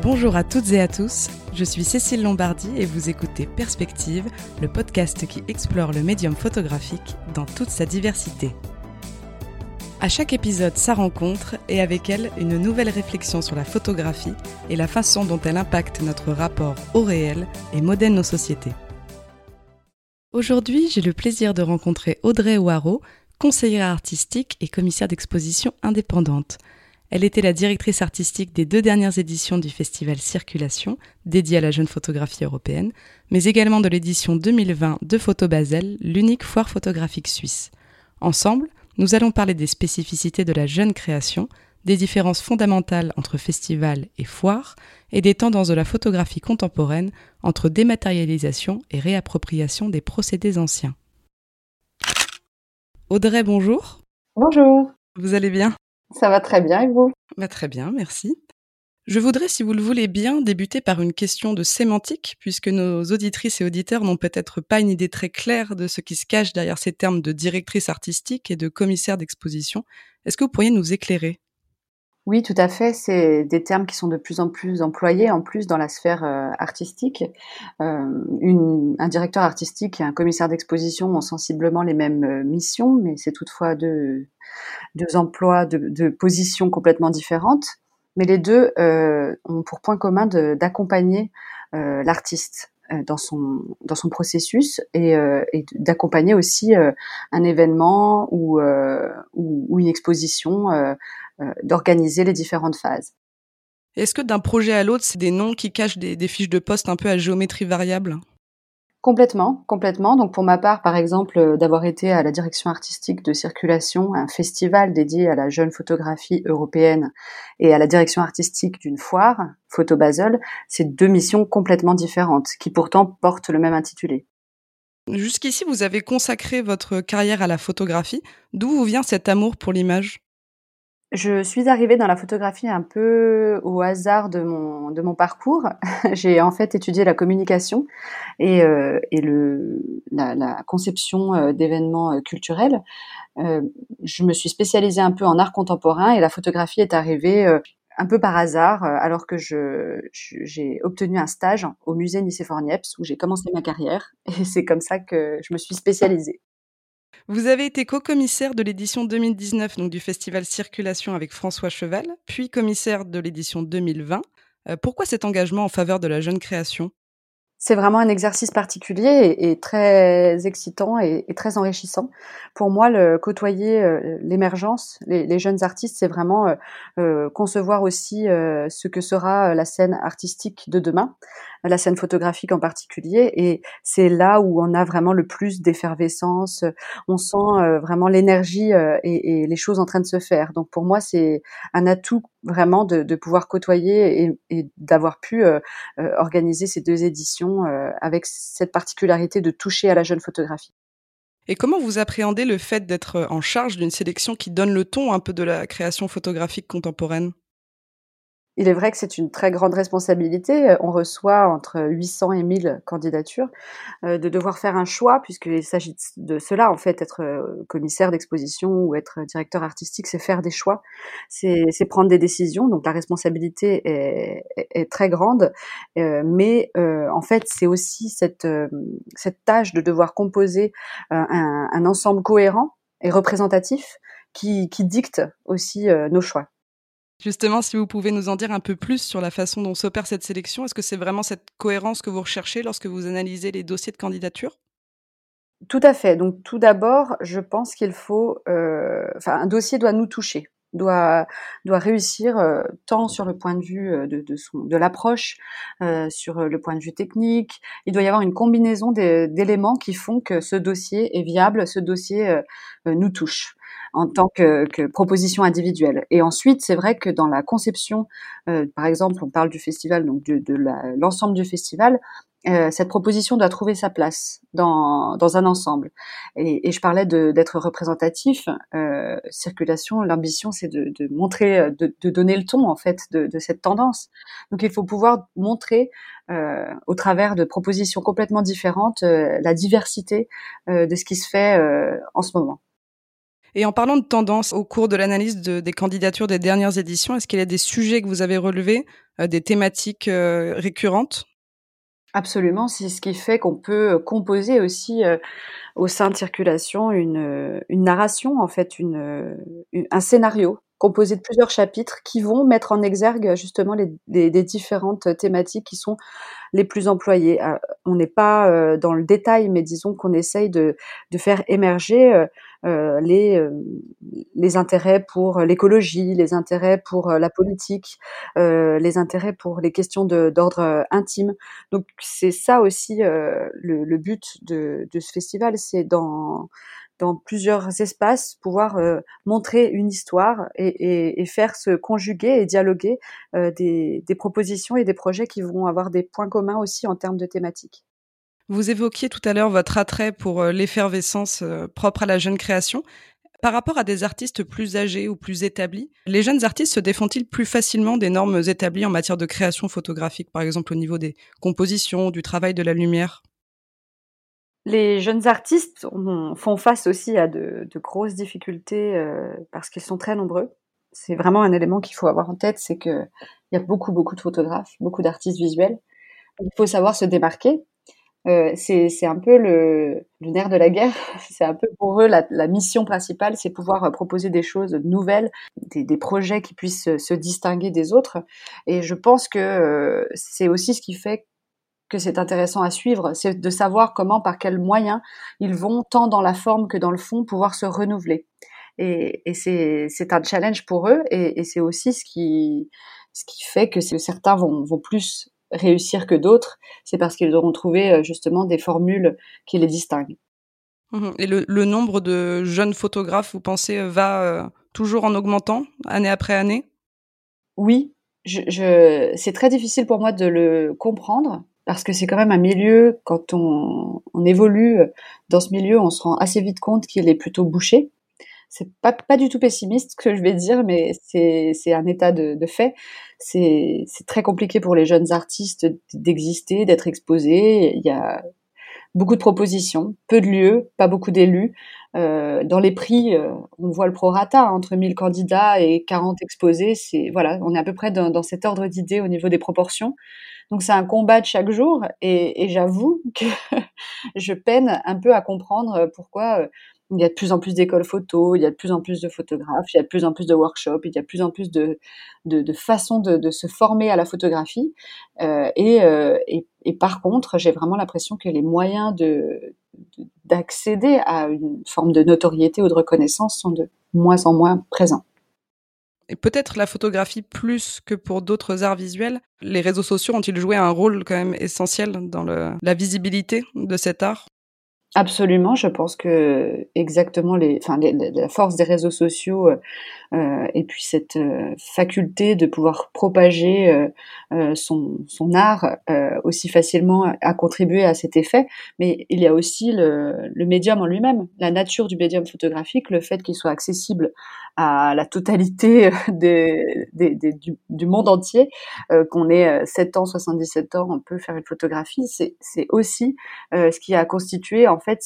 Bonjour à toutes et à tous, je suis Cécile Lombardi et vous écoutez Perspective, le podcast qui explore le médium photographique dans toute sa diversité. À chaque épisode, sa rencontre et avec elle, une nouvelle réflexion sur la photographie et la façon dont elle impacte notre rapport au réel et modèle nos sociétés. Aujourd'hui, j'ai le plaisir de rencontrer Audrey Hoareau, conseillère artistique et commissaire d'exposition indépendante. Elle était la directrice artistique des 2 dernières éditions du festival Circulation, dédié à la jeune photographie européenne, mais également de l'édition 2020 de Photo Basel, l'unique foire photographique suisse. Ensemble, nous allons parler des spécificités de la jeune création, des différences fondamentales entre festival et foire, et des tendances de la photographie contemporaine entre dématérialisation et réappropriation des procédés anciens. Audrey, bonjour. Bonjour. Vous allez bien ? Ça va très bien et vous ? Très bien, merci. Je voudrais, si vous le voulez bien, débuter par une question de sémantique, puisque nos auditrices et auditeurs n'ont peut-être pas une idée très claire de ce qui se cache derrière ces termes de directrice artistique et de commissaire d'exposition. Est-ce que vous pourriez nous éclairer ? Oui, tout à fait. C'est des termes qui sont de plus en plus employés, en plus dans la sphère artistique. Un directeur artistique et un commissaire d'exposition ont sensiblement les mêmes missions, mais c'est toutefois deux emplois de positions complètement différentes. Mais les deux ont pour point commun d'accompagner l'artiste dans son processus et d'accompagner aussi un événement ou une exposition, d'organiser les différentes phases. Est-ce que d'un projet à l'autre, c'est des noms qui cachent des fiches de poste un peu à géométrie variable ? Complètement. Donc pour ma part, par exemple, d'avoir été à la direction artistique de Circulation, un festival dédié à la jeune photographie européenne, et à la direction artistique d'une foire, Photo Basel, c'est 2 missions complètement différentes, qui pourtant portent le même intitulé. Jusqu'ici, vous avez consacré votre carrière à la photographie. D'où vous vient cet amour pour l'image ? Je suis arrivée dans la photographie un peu au hasard de mon parcours. J'ai en fait étudié la communication et la conception d'événements culturels. Je me suis spécialisée un peu en art contemporain et la photographie est arrivée un peu par hasard, alors que j'ai obtenu un stage au musée Nicéphore-Niepce où j'ai commencé ma carrière et c'est comme ça que je me suis spécialisée. Vous avez été co-commissaire de l'édition 2019 donc du festival Circulation avec François Cheval, puis commissaire de l'édition 2020. Pourquoi cet engagement en faveur de la jeune création ? C'est vraiment un exercice particulier et très excitant et très enrichissant. Pour moi, côtoyer l'émergence, les jeunes artistes, c'est vraiment concevoir aussi ce que sera la scène artistique de demain, la scène photographique en particulier. Et c'est là où on a vraiment le plus d'effervescence. On sent vraiment l'énergie et les choses en train de se faire. Donc pour moi, c'est un atout vraiment de pouvoir côtoyer et d'avoir pu organiser ces 2 éditions avec cette particularité de toucher à la jeune photographie. Et comment vous appréhendez le fait d'être en charge d'une sélection qui donne le ton un peu de la création photographique contemporaine ? Il est vrai que c'est une très grande responsabilité. On reçoit entre 800 et 1000 candidatures, de devoir faire un choix puisqu'il s'agit de cela en fait, être commissaire d'exposition ou être directeur artistique, c'est faire des choix, c'est prendre des décisions. Donc la responsabilité est très grande, mais en fait c'est aussi cette tâche de devoir composer un ensemble cohérent et représentatif qui dicte aussi nos choix. Justement, si vous pouvez nous en dire un peu plus sur la façon dont s'opère cette sélection, est-ce que c'est vraiment cette cohérence que vous recherchez lorsque vous analysez les dossiers de candidature ? Tout à fait. Donc tout d'abord, je pense qu'il faut, un dossier doit nous toucher, doit réussir, tant sur le point de vue, de l'approche, sur le point de vue technique. Il doit y avoir une combinaison d'éléments qui font que ce dossier est viable, ce dossier, nous touche en tant que proposition individuelle. Et ensuite, c'est vrai que dans la conception, par exemple, on parle du festival, donc l'ensemble du festival, cette proposition doit trouver sa place dans un ensemble. Et je parlais d'être représentatif. Circulation, l'ambition, c'est de montrer, de donner le ton en fait de cette tendance. Donc il faut pouvoir montrer au travers de propositions complètement différentes la diversité de ce qui se fait en ce moment. Et en parlant de tendance, au cours de l'analyse des candidatures des dernières éditions, est-ce qu'il y a des sujets que vous avez relevés, des thématiques récurrentes? Absolument, c'est ce qui fait qu'on peut composer aussi, au sein de Circulation une narration en fait, un scénario composé de plusieurs chapitres qui vont mettre en exergue justement les différentes thématiques qui sont les plus employées. On n'est pas, dans le détail, mais disons qu'on essaye de faire émerger, heu, les, hem, les intérêts pour l'écologie, les intérêts pour, la politique, les intérêts pour les questions d'ordre, intime. Donc c'est ça aussi, le but de ce festival, c'est dans plusieurs espaces pouvoir, montrer une histoire et faire se conjuguer et dialoguer, des propositions et des projets qui vont avoir des points communs aussi en termes de thématiques. Vous évoquiez tout à l'heure votre attrait pour l'effervescence propre à la jeune création. Par rapport à des artistes plus âgés ou plus établis, les jeunes artistes se défendent-ils plus facilement des normes établies en matière de création photographique, par exemple au niveau des compositions, du travail de la lumière? Les jeunes artistes font face aussi à de grosses difficultés, parce qu'ils sont très nombreux. C'est vraiment un élément qu'il faut avoir en tête, c'est qu'il y a beaucoup, beaucoup de photographes, beaucoup d'artistes visuels. Il faut savoir se démarquer. C'est un peu le nerf de la guerre. C'est un peu pour eux la mission principale, c'est pouvoir, proposer des choses nouvelles, des projets qui puissent se distinguer des autres et je pense que, c'est aussi ce qui fait que c'est intéressant à suivre, c'est de savoir comment, par quels moyens ils vont, tant dans la forme que dans le fond, pouvoir se renouveler et c'est un challenge pour eux et c'est aussi ce qui fait que certains vont plus réussir que d'autres, c'est parce qu'ils auront trouvé, justement des formules qui les distinguent. Mmh. Et le nombre de jeunes photographes, vous pensez, va, toujours en augmentant, année après année? Oui, je c'est très difficile pour moi de le comprendre parce que c'est quand même un milieu quand on évolue, dans ce milieu, on se rend assez vite compte qu'il est plutôt bouché. C'est pas du tout pessimiste ce que je vais dire, mais c'est un état de fait. C'est très compliqué pour les jeunes artistes d'exister, d'être exposés. Il y a beaucoup de propositions, peu de lieux, pas beaucoup d'élus. Dans les prix, on voit le prorata, hein, entre 1 000 candidats et 40 exposés, c'est voilà, on est à peu près dans cet ordre d'idée au niveau des proportions. Donc c'est un combat de chaque jour et j'avoue que je peine un peu à comprendre, pourquoi, il y a de plus en plus d'écoles photo, il y a de plus en plus de photographes, il y a de plus en plus de workshops, il y a de plus en plus de façons de se former à la photographie, et par contre, j'ai vraiment l'impression que les moyens d'accéder à une forme de notoriété ou de reconnaissance sont de moins en moins présents. Et peut-être la photographie plus que pour d'autres arts visuels, les réseaux sociaux ont-ils joué un rôle quand même essentiel dans la visibilité de cet art? Absolument, je pense que exactement les la force des réseaux sociaux, et puis cette, faculté de pouvoir propager, son art, aussi facilement a contribué à cet effet. Mais il y a aussi le médium en lui-même, la nature du médium photographique, le fait qu'il soit accessible à la totalité des du monde entier, qu'on ait, 7 ans, 77 ans, on peut faire une photographie. C'est aussi, ce qui a constitué en fait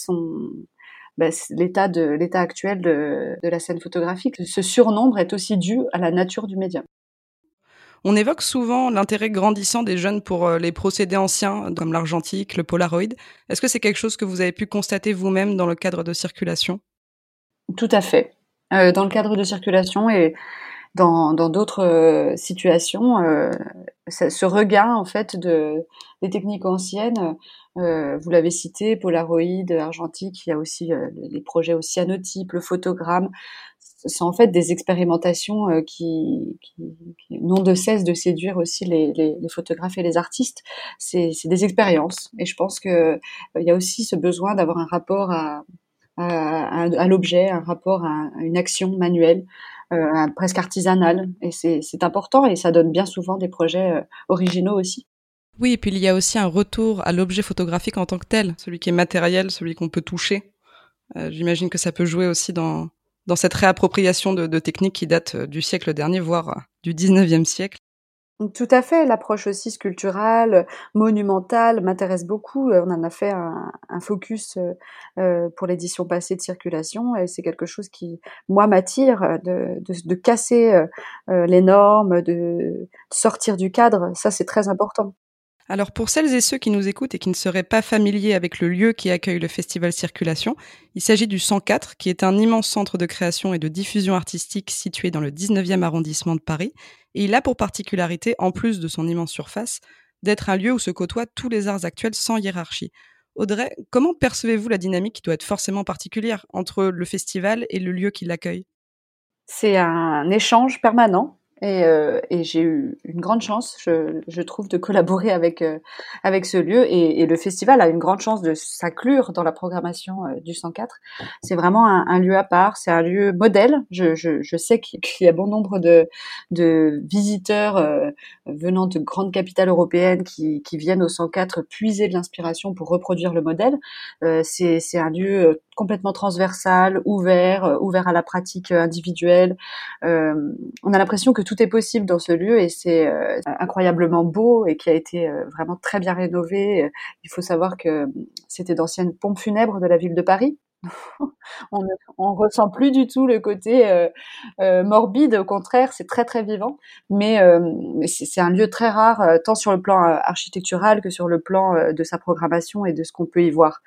l'état actuel de la scène photographique. Ce surnombre est aussi dû à la nature du médium. On évoque souvent l'intérêt grandissant des jeunes pour les procédés anciens, comme l'argentique, le Polaroid. Est-ce que c'est quelque chose que vous avez pu constater vous-même dans le cadre de Circulation? Tout à fait. Dans le cadre de Circulation et dans d'autres, situations, ce regain en fait des techniques anciennes, vous l'avez cité, Polaroid, argentique, il y a aussi, les projets au cyanotype, le photogramme. Ce sont en fait des expérimentations, qui n'ont de cesse de séduire aussi les photographes et les artistes. C'est des expériences et je pense que, il y a aussi ce besoin d'avoir un rapport à l'objet, un rapport à une action manuelle, presque artisanale et c'est important et ça donne bien souvent des projets, originaux aussi. Oui, et puis il y a aussi un retour à l'objet photographique en tant que tel, celui qui est matériel, celui qu'on peut toucher. J'imagine que ça peut jouer aussi dans cette réappropriation de techniques qui datent du siècle dernier, voire du 19e siècle. Tout à fait, l'approche aussi sculpturale, monumentale m'intéresse beaucoup, on en a fait un focus, pour l'édition passée de Circulation et c'est quelque chose qui, moi, m'attire, de casser, les normes, de sortir du cadre, ça c'est très important. Alors pour celles et ceux qui nous écoutent et qui ne seraient pas familiers avec le lieu qui accueille le festival Circulation, il s'agit du 104, qui est un immense centre de création et de diffusion artistique situé dans le 19e arrondissement de Paris. Et il a pour particularité, en plus de son immense surface, d'être un lieu où se côtoient tous les arts actuels sans hiérarchie. Audrey, comment percevez-vous la dynamique qui doit être forcément particulière entre le festival et le lieu qui l'accueille? C'est un échange permanent et j'ai eu une grande chance, je trouve, de collaborer avec ce lieu et le festival a une grande chance de s'inclure dans la programmation, du 104. C'est vraiment un lieu à part, c'est un lieu modèle. Je sais qu'il y a bon nombre de visiteurs, venant de grandes capitales européennes qui viennent au 104 puiser de l'inspiration pour reproduire le modèle. C'est un lieu, complètement transversal, ouvert à la pratique, individuelle. On a l'impression que tout est possible dans ce lieu et c'est, incroyablement beau et qui a été, vraiment très bien rénové. Il faut savoir que, c'était d'anciennes pompes funèbres de la ville de Paris. On ressent plus du tout le côté, morbide, au contraire, c'est très, très vivant. Mais c'est un lieu très rare, tant sur le plan, architectural que sur le plan, de sa programmation et de ce qu'on peut y voir.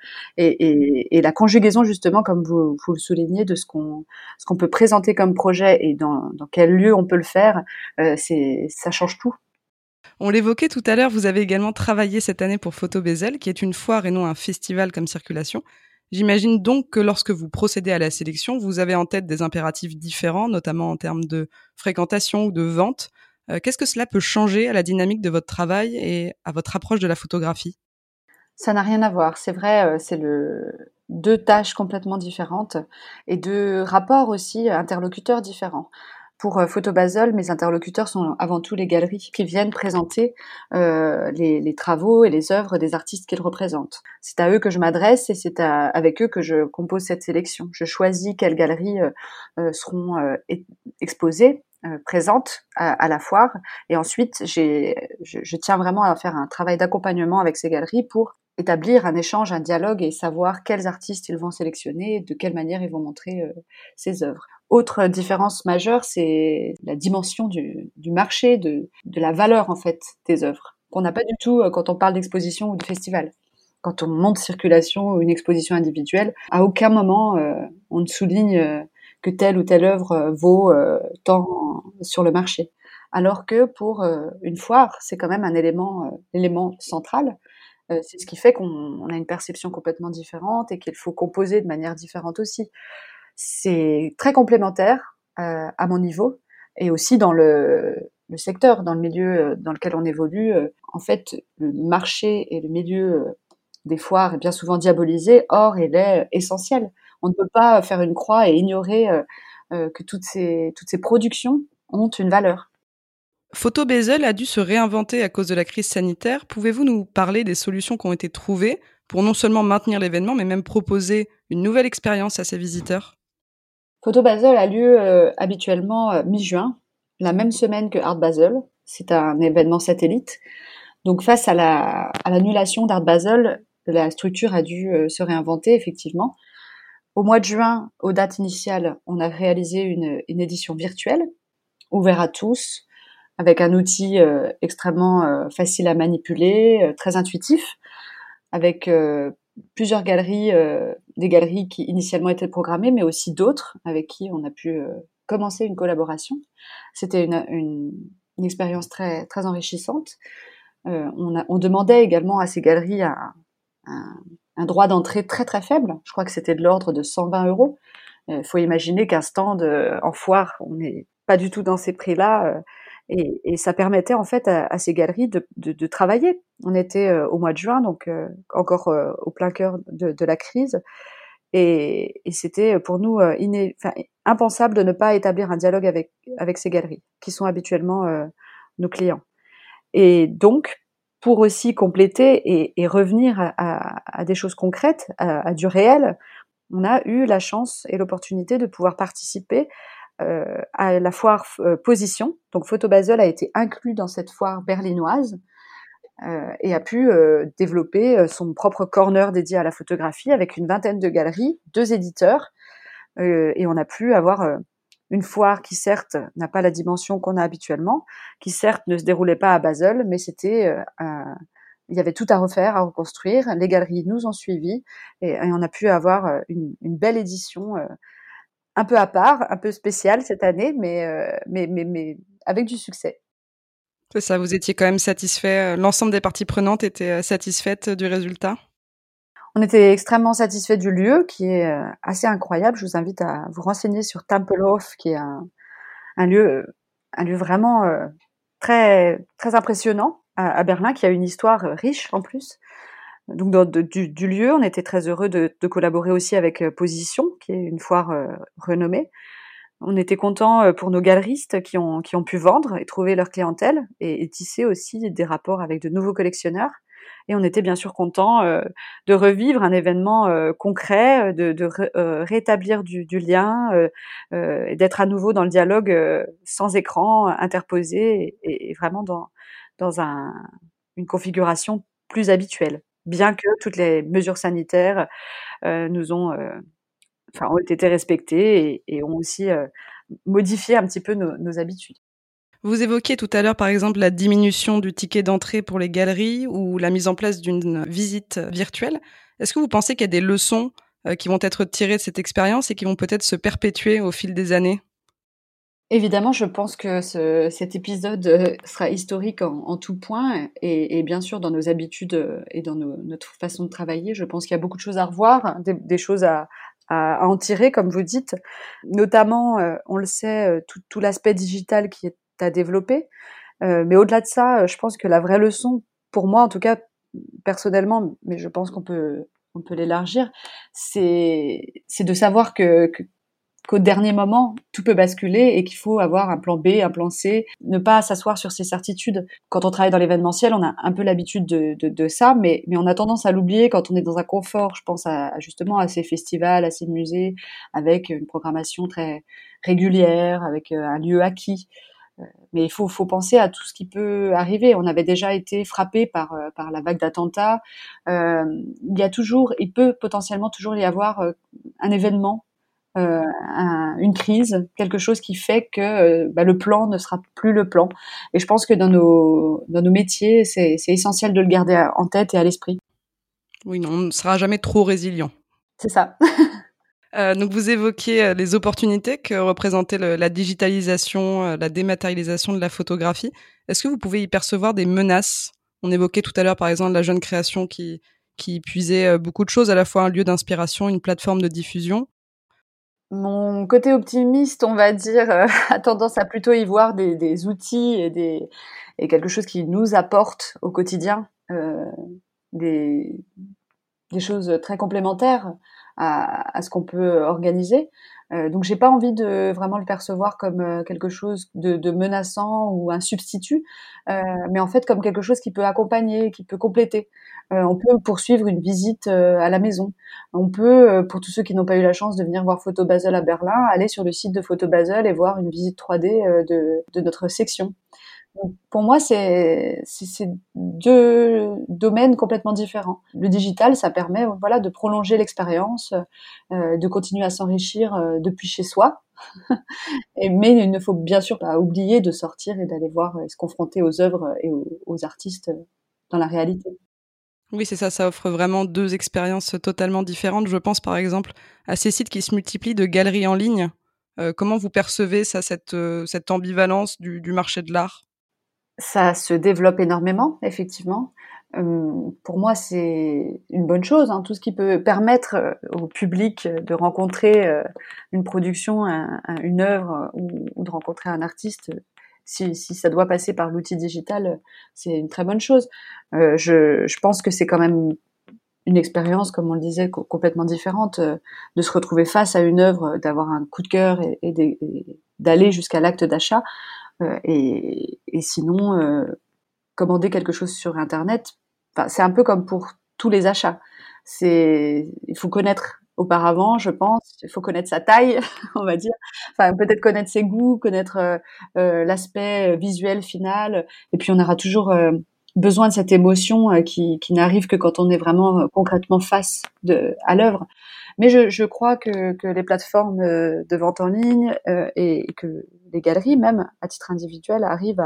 Et la conjugaison justement, comme vous le soulignez, de ce qu'on peut présenter comme projet et dans quel lieu on peut le faire, ça change tout. On l'évoquait tout à l'heure, vous avez également travaillé cette année pour Photo Basel, qui est une foire et non un festival comme Circulation. J'imagine donc que lorsque vous procédez à la sélection, vous avez en tête des impératifs différents, notamment en termes de fréquentation ou de vente. Qu'est-ce que cela peut changer à la dynamique de votre travail et à votre approche de la photographie? Ça n'a rien à voir. C'est vrai, c'est le 2 tâches complètement différentes et 2 rapports aussi, interlocuteurs différents. Pour, Photobasel, mes interlocuteurs sont avant tout les galeries qui viennent présenter, les travaux et les œuvres des artistes qu'ils représentent. C'est à eux que je m'adresse et c'est avec eux que je compose cette sélection. Je choisis quelles galeries, seront, exposées, présentes à la foire et ensuite je tiens vraiment à faire un travail d'accompagnement avec ces galeries pour établir un échange, un dialogue et savoir quels artistes ils vont sélectionner et de quelle manière ils vont montrer, ces œuvres. Autre différence majeure, c'est la dimension du marché, de la valeur en fait des œuvres, qu'on n'a pas du tout, quand on parle d'exposition ou de festival. Quand on monte Circulation ou une exposition individuelle, à aucun moment, on ne souligne, que telle ou telle œuvre, vaut, tant sur le marché. Alors que pour, une foire, c'est quand même un élément central. C'est ce qui fait qu'on a une perception complètement différente et qu'il faut composer de manière différente aussi. C'est très complémentaire, à mon niveau et aussi dans le secteur, dans le milieu, dans lequel on évolue, en fait, le marché et le milieu, des foires est bien souvent diabolisé. Or, il est essentiel. On ne peut pas faire une croix et ignorer, que toutes ces productions ont une valeur. Photo Basel a dû se réinventer à cause de la crise sanitaire. Pouvez-vous nous parler des solutions qui ont été trouvées pour non seulement maintenir l'événement, mais même proposer une nouvelle expérience à ses visiteurs? Photo Basel a lieu, habituellement, mi-juin, la même semaine que Art Basel. C'est un événement satellite. Donc face à l'annulation d'Art Basel, la structure a dû, se réinventer effectivement. Au mois de juin, aux dates initiales, on a réalisé une édition virtuelle, ouverte à tous, avec un outil, extrêmement, facile à manipuler, très intuitif, avec, plusieurs galeries, des galeries qui initialement étaient programmées, mais aussi d'autres avec qui on a pu, commencer une collaboration. C'était une expérience très très enrichissante. On demandait également à ces galeries un un droit d'entrée très, très faible. Je crois que c'était de l'ordre de 120 €. Il faut imaginer qu'un stand, en foire, on n'est pas du tout dans ces prix-là, et ça permettait en fait à ces galeries de travailler. On était, au mois de juin, donc encore, au plein cœur de la crise et c'était pour nous, enfin, impensable de ne pas établir un dialogue avec ces galeries, qui sont habituellement, nos clients. Et donc, pour aussi compléter et revenir à des choses concrètes, à du réel, on a eu la chance et l'opportunité de pouvoir participer à la foire Position. Donc Photobasel a été inclus dans cette foire berlinoise et a pu développer son propre corner dédié à la photographie avec une vingtaine de galeries, 2 éditeurs, et on a pu avoir une foire qui certes n'a pas la dimension qu'on a habituellement, qui certes ne se déroulait pas à Basel, mais c'était il y avait tout à refaire, à reconstruire. Les galeries nous ont suivis et on a pu avoir une belle édition un peu à part, un peu spéciale cette année, mais avec du succès. C'est ça, vous étiez quand même satisfait, l'ensemble des parties prenantes étaient satisfaites du résultat? On était extrêmement satisfaits du lieu qui est assez incroyable. Je vous invite à vous renseigner sur Tempelhof, qui est un lieu vraiment très, très impressionnant à Berlin, qui a une histoire riche en plus. Donc du lieu, on était très heureux de collaborer aussi avec Position, qui est une foire renommée. On était contents pour nos galeristes qui ont pu vendre et trouver leur clientèle et tisser aussi des rapports avec de nouveaux collectionneurs. Et on était bien sûr contents de revivre un événement concret, de rétablir du lien et d'être à nouveau dans le dialogue sans écran interposé et vraiment dans une configuration plus habituelle. Bien que toutes les mesures sanitaires nous ont ont été respectées et ont aussi modifié un petit peu nos habitudes. Vous évoquiez tout à l'heure, par exemple, la diminution du ticket d'entrée pour les galeries ou la mise en place d'une visite virtuelle. Est-ce que vous pensez qu'il y a des leçons qui vont être tirées de cette expérience et qui vont peut-être se perpétuer au fil des années? Évidemment, je pense que cet épisode sera historique en tout point et bien sûr dans nos habitudes et dans notre façon de travailler. Je pense qu'il y a beaucoup de choses à revoir, des choses à en tirer, comme vous dites. Notamment, on le sait, tout l'aspect digital qui est à développer. Mais au-delà de ça, je pense que la vraie leçon, pour moi en tout cas, personnellement, mais je pense on peut l'élargir, c'est de savoir qu'au dernier moment, tout peut basculer et qu'il faut avoir un plan B, un plan C, ne pas s'asseoir sur ses certitudes. Quand on travaille dans l'événementiel, on a un peu l'habitude de ça, mais on a tendance à l'oublier quand on est dans un confort. Je pense justement à ces festivals, à ces musées, avec une programmation très régulière, avec un lieu acquis. Mais il faut penser à tout ce qui peut arriver. On avait déjà été frappé par la vague d'attentats. Il peut potentiellement toujours y avoir un événement, une crise, quelque chose qui fait que le plan ne sera plus le plan. Et je pense que dans nos métiers, c'est essentiel de le garder en tête et à l'esprit. Oui, non, on ne sera jamais trop résilient. C'est ça. Donc vous évoquiez les opportunités que représentait la digitalisation, la dématérialisation de la photographie. Est-ce que vous pouvez y percevoir des menaces? On évoquait tout à l'heure, par exemple, la jeune création qui puisait beaucoup de choses, à la fois un lieu d'inspiration, une plateforme de diffusion. Mon côté optimiste, on va dire, a tendance à plutôt y voir des outils et quelque chose qui nous apporte au quotidien des, des choses très complémentaires à ce qu'on peut organiser. Donc j'ai pas envie de vraiment le percevoir comme quelque chose de menaçant ou un substitut, mais en fait comme quelque chose qui peut accompagner, qui peut compléter. On peut poursuivre une visite à la maison. On peut, pour tous ceux qui n'ont pas eu la chance de venir voir Photo Basel à Berlin, aller sur le site de Photo Basel et voir une visite 3D de notre section. Donc, pour moi, c'est deux domaines complètement différents. Le digital, ça permet, voilà, de prolonger l'expérience, de continuer à s'enrichir depuis chez soi. Mais il ne faut bien sûr pas oublier de sortir et d'aller voir et se confronter aux œuvres et aux artistes dans la réalité. Oui, c'est ça, ça offre vraiment 2 expériences totalement différentes. Je pense, par exemple, à ces sites qui se multiplient de galeries en ligne. Comment vous percevez ça, cette ambivalence du marché de l'art? Ça se développe énormément, effectivement. Pour moi, c'est une bonne chose, hein. Tout ce qui peut permettre au public de rencontrer une production, une œuvre ou de rencontrer un artiste, si ça doit passer par l'outil digital, c'est une très bonne chose. Je pense que c'est quand même une expérience, comme on le disait, complètement différente, de se retrouver face à une œuvre, d'avoir un coup de cœur et d'aller jusqu'à l'acte d'achat. Et sinon, commander quelque chose sur internet, c'est un peu comme pour tous les achats. Il faut connaître Auparavant, je pense, il faut connaître sa taille, on va dire. Enfin, peut-être connaître ses goûts, connaître l'aspect visuel final. Et puis, on aura toujours besoin de cette émotion qui n'arrive que quand on est vraiment concrètement face à l'œuvre. Mais je crois que les plateformes de vente en ligne et que les galeries, même à titre individuel, arrivent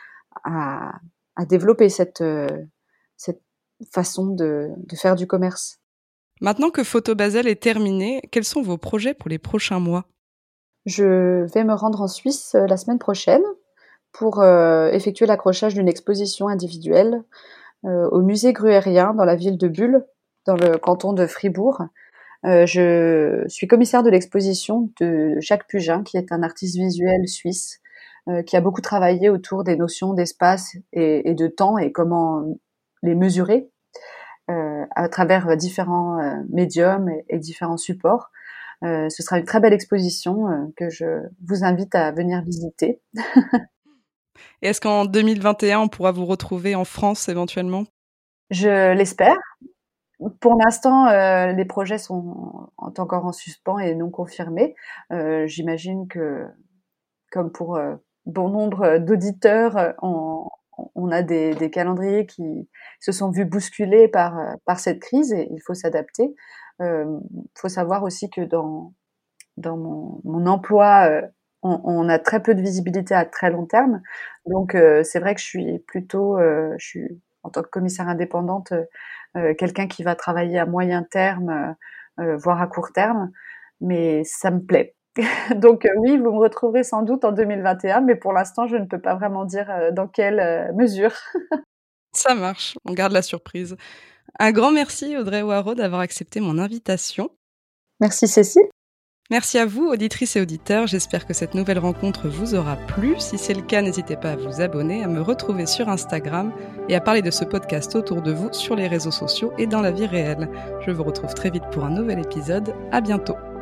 à développer cette façon de faire du commerce. Maintenant que Photo Basel est terminé, quels sont vos projets pour les prochains mois ? Je vais me rendre en Suisse la semaine prochaine pour effectuer l'accrochage d'une exposition individuelle au musée Gruérien dans la ville de Bulle, dans le canton de Fribourg. Je suis commissaire de l'exposition de Jacques Pugin, qui est un artiste visuel suisse, qui a beaucoup travaillé autour des notions d'espace et de temps et comment les mesurer à travers différents médiums et différents supports. Ce sera une très belle exposition que je vous invite à venir visiter. Et est-ce qu'en 2021, on pourra vous retrouver en France éventuellement ? Je l'espère. Pour l'instant, les projets sont encore en suspens et non confirmés. J'imagine que, comme pour bon nombre d'auditeurs, on a des calendriers qui se sont vus bousculés par cette crise et il faut s'adapter. Faut savoir aussi que dans mon emploi, on a très peu de visibilité à très long terme. Donc, c'est vrai que je suis en tant que commissaire indépendante, quelqu'un qui va travailler à moyen terme, voire à court terme, mais ça me plaît. Donc, oui, vous me retrouverez sans doute en 2021, mais pour l'instant, je ne peux pas vraiment dire dans quelle mesure. Ça marche, on garde la surprise. Un grand merci Audrey Hoareau d'avoir accepté mon invitation. Merci Cécile. Merci à vous, auditrices et auditeurs. J'espère que cette nouvelle rencontre vous aura plu. Si c'est le cas, n'hésitez pas à vous abonner, à me retrouver sur Instagram et à parler de ce podcast autour de vous sur les réseaux sociaux et dans la vie réelle. Je vous retrouve très vite pour un nouvel épisode. À bientôt.